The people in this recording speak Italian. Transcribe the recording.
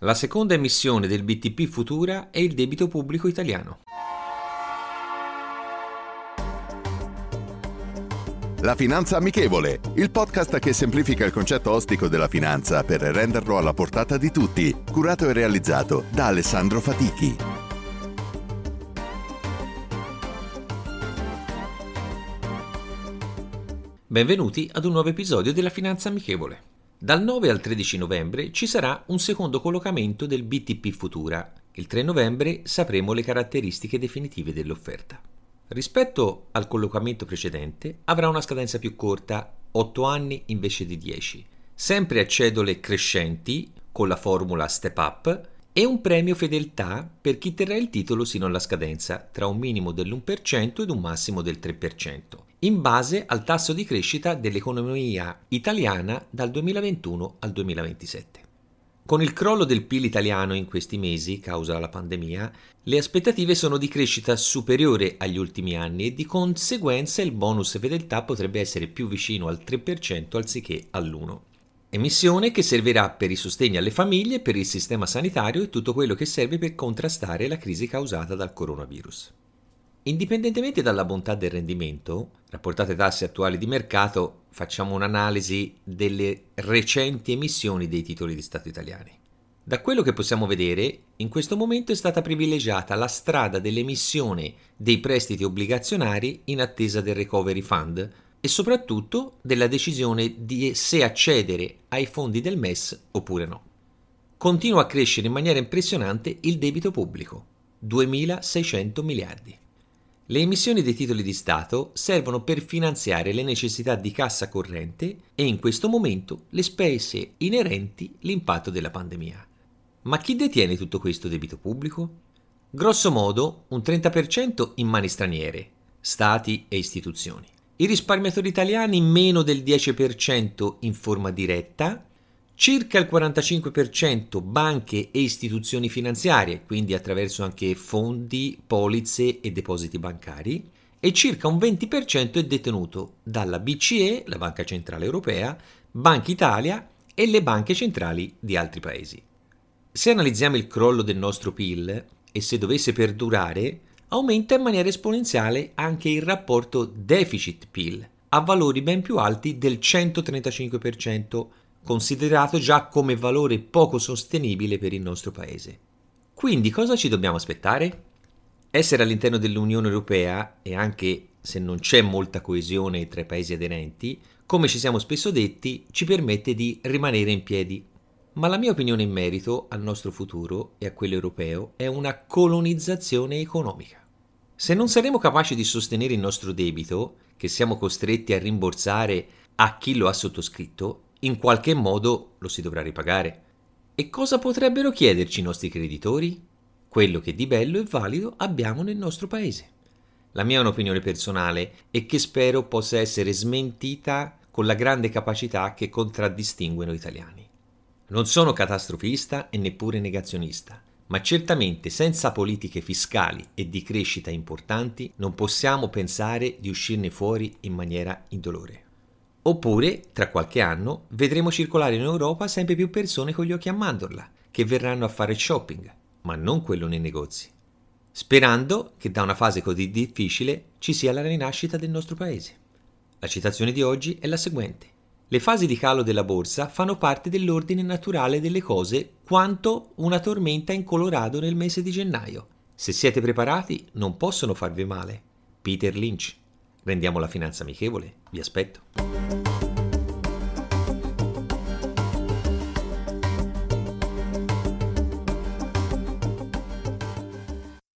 La seconda emissione del BTP Futura è il debito pubblico italiano. La Finanza Amichevole, il podcast che semplifica il concetto ostico della finanza per renderlo alla portata di tutti, curato e realizzato da Alessandro Fatichi. Benvenuti ad un nuovo episodio della Finanza Amichevole. Dal 9 al 13 novembre ci sarà un secondo collocamento del BTP Futura. Il 3 novembre sapremo le caratteristiche definitive dell'offerta. Rispetto al collocamento precedente avrà una scadenza più corta, 8 anni invece di 10, sempre a cedole crescenti con la formula Step Up e un premio fedeltà per chi terrà il titolo sino alla scadenza, tra un minimo dell'1% ed un massimo del 3%, in base al tasso di crescita dell'economia italiana dal 2021 al 2027. Con il crollo del PIL italiano in questi mesi, causa la pandemia, le aspettative sono di crescita superiore agli ultimi anni e di conseguenza il bonus fedeltà potrebbe essere più vicino al 3% anziché all'1%. Emissione che servirà per i sostegni alle famiglie, per il sistema sanitario e tutto quello che serve per contrastare la crisi causata dal coronavirus. Indipendentemente dalla bontà del rendimento, rapportate ai tassi attuali di mercato, facciamo un'analisi delle recenti emissioni dei titoli di Stato italiani. Da quello che possiamo vedere, in questo momento è stata privilegiata la strada dell'emissione dei prestiti obbligazionari in attesa del Recovery Fund e soprattutto della decisione di se accedere ai fondi del MES oppure no. Continua a crescere in maniera impressionante il debito pubblico, 2.600 miliardi. Le emissioni dei titoli di Stato servono per finanziare le necessità di cassa corrente e in questo momento le spese inerenti all'impatto della pandemia. Ma chi detiene tutto questo debito pubblico? Grosso modo un 30% in mani straniere, stati e istituzioni. I risparmiatori italiani meno del 10% in forma diretta, circa il 45% banche e istituzioni finanziarie, quindi attraverso anche fondi, polizze e depositi bancari, e circa un 20% è detenuto dalla BCE, la Banca Centrale Europea, Banca Italia e le banche centrali di altri paesi. Se analizziamo il crollo del nostro PIL e se dovesse perdurare, aumenta in maniera esponenziale anche il rapporto deficit-PIL, a valori ben più alti del 135%, considerato già come valore poco sostenibile per il nostro paese. Quindi cosa ci dobbiamo aspettare? Essere all'interno dell'Unione Europea, e anche se non c'è molta coesione tra i paesi aderenti, come ci siamo spesso detti, ci permette di rimanere in piedi. Ma la mia opinione in merito al nostro futuro e a quello europeo è una colonizzazione economica. Se non saremo capaci di sostenere il nostro debito, che siamo costretti a rimborsare a chi lo ha sottoscritto, in qualche modo lo si dovrà ripagare. E cosa potrebbero chiederci i nostri creditori? Quello che di bello e valido abbiamo nel nostro paese. La mia è un'opinione personale e che spero possa essere smentita con la grande capacità che contraddistingue noi italiani. Non sono catastrofista e neppure negazionista, ma certamente senza politiche fiscali e di crescita importanti non possiamo pensare di uscirne fuori in maniera indolore. Oppure, tra qualche anno, vedremo circolare in Europa sempre più persone con gli occhi a mandorla, che verranno a fare shopping, ma non quello nei negozi. Sperando che da una fase così difficile ci sia la rinascita del nostro paese. La citazione di oggi è la seguente. Le fasi di calo della borsa fanno parte dell'ordine naturale delle cose quanto una tormenta in Colorado nel mese di gennaio. Se siete preparati, non possono farvi male. Peter Lynch. Rendiamo la finanza amichevole. Vi aspetto.